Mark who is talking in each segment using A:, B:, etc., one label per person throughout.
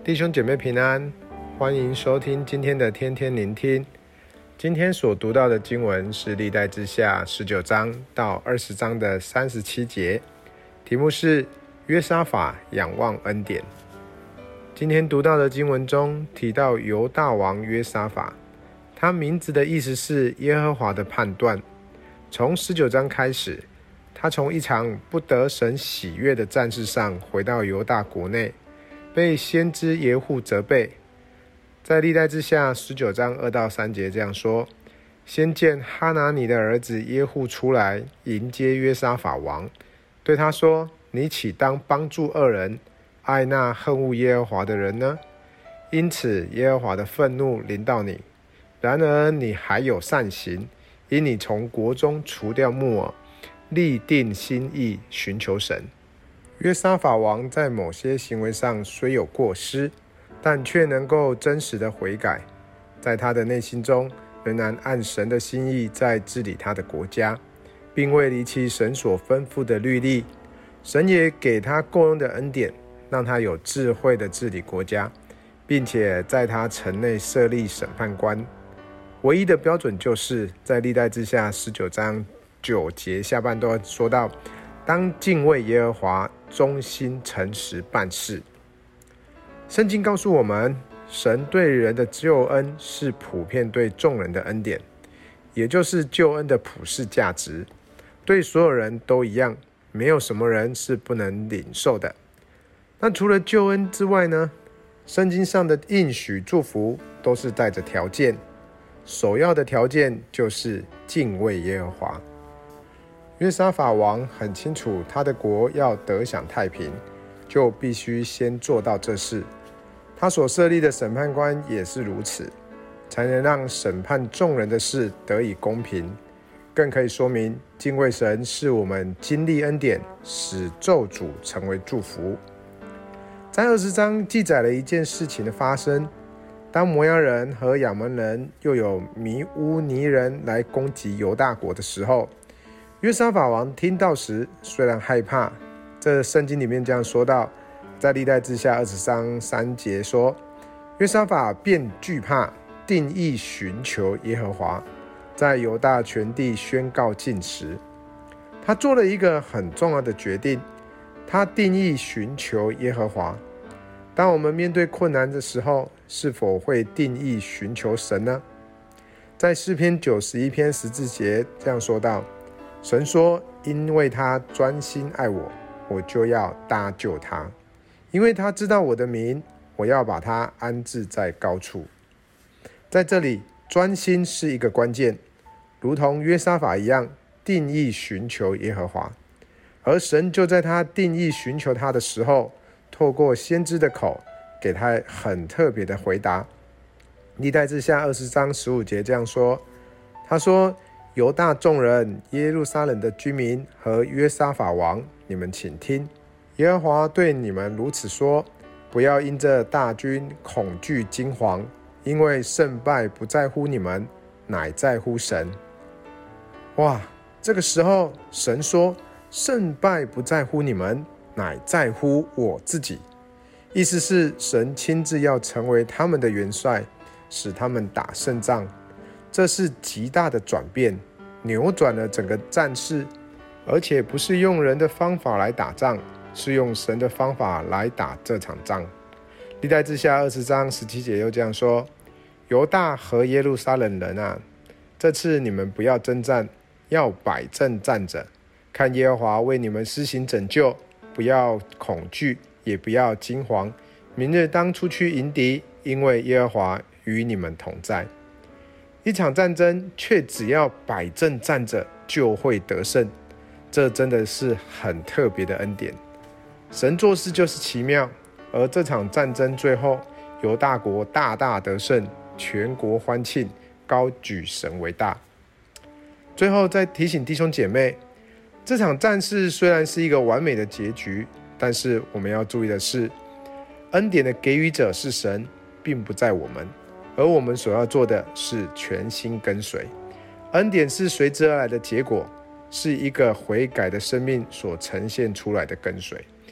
A: 弟兄姐妹平安，欢迎收听今天的天天聆听。今天所读到的经文是历代志下19章到20章的37节，题目是约沙法仰望恩典。今天读到的经文中提到犹大王约沙法，他名字的意思是耶和华的判断。从19章开始，他从一场不得神喜悦的战事上回到犹大国内，被先知耶户责备。在历代志下19章2到3节这样说：先见哈拿尼的儿子耶户出来迎接约沙法王，对他说：你岂当帮助恶人，爱那恨恶耶和华的人呢？因此耶和华的愤怒临到你，然而你还有善行，因你从国中除掉木偶，立定心意寻求神。约沙法王在某些行为上虽有过失，但却能够真实的悔改，在他的内心中仍然按神的心意在治理他的国家，并未离弃神所吩咐的律例。神也给他够用的恩典，让他有智慧的治理国家，并且在他城内设立审判官。唯一的标准就是在历代志下19章9节下半段说到，当敬畏耶和华，忠心诚实办事。圣经告诉我们，神对人的救恩是普遍对众人的恩典，也就是救恩的普世价值，对所有人都一样，没有什么人是不能领受的。那除了救恩之外呢，圣经上的应许祝福都是带着条件，首要的条件就是敬畏耶和华。约沙法王很清楚，他的国要得享太平，就必须先做到这事。他所设立的审判官也是如此，才能让审判众人的事得以公平，更可以说明敬畏神是我们经历恩典，使咒诅成为祝福。在20章记载了一件事情的发生，当摩押人和亚扪人又有米乌尼人来攻击犹大国的时候，约沙法王听到时虽然害怕，这圣经里面这样说到，在历代志下20章3节说，约沙法便惧怕，定义寻求耶和华，在犹大全地宣告禁食。他做了一个很重要的决定，他定义寻求耶和华。当我们面对困难的时候，是否会定义寻求神呢？在诗篇91篇14节这样说道，神说，因为他专心爱我，我就要搭救他，因为他知道我的名，我要把他安置在高处。在这里，专心是一个关键，如同约沙法一样，定义寻求耶和华。而神就在他定义寻求他的时候，透过先知的口，给他很特别的回答。历代志下20章15节这样说，他说，犹大众人、耶路撒冷的居民和约沙法王，你们请听，耶和华对你们如此说，不要因这大军恐惧惊惶，因为胜败不在乎你们，乃在乎神。哇，这个时候神说，胜败不在乎你们，乃在乎我自己。意思是神亲自要成为他们的元帅，使他们打胜仗。这是极大的转变，扭转了整个战事，而且不是用人的方法来打仗，是用神的方法来打这场仗。历代志下20章17节又这样说，犹大和耶路撒冷人啊，这次你们不要征战，要摆正站着，看耶和华为你们施行拯救，不要恐惧，也不要惊惶，明日当出去迎敌，因为耶和华与你们同在。一场战争却只要摆正站着就会得胜，这真的是很特别的恩典。神做事就是奇妙，而这场战争最后，犹大国大大得胜，全国欢庆，高举神为大。最后再提醒弟兄姐妹，这场战事虽然是一个完美的结局，但是我们要注意的是，恩典的给予者是神，并不在我们，而我们所要做的是全心跟随。恩典是随之而来的结果，是一个悔改的生命所呈现出来的跟随。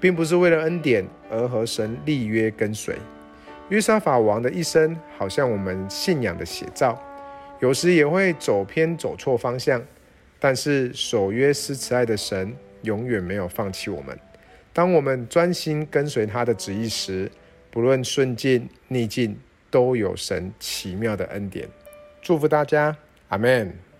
A: 并不是为了恩典而和神立约跟随。约沙法王的一生好像我们信仰的写照，有时也会走偏走错方向，但是守约施慈爱的神永远没有放弃我们。当我们专心跟随他的旨意时，不论顺境逆境，都有神奇妙的恩典。祝福大家，阿们。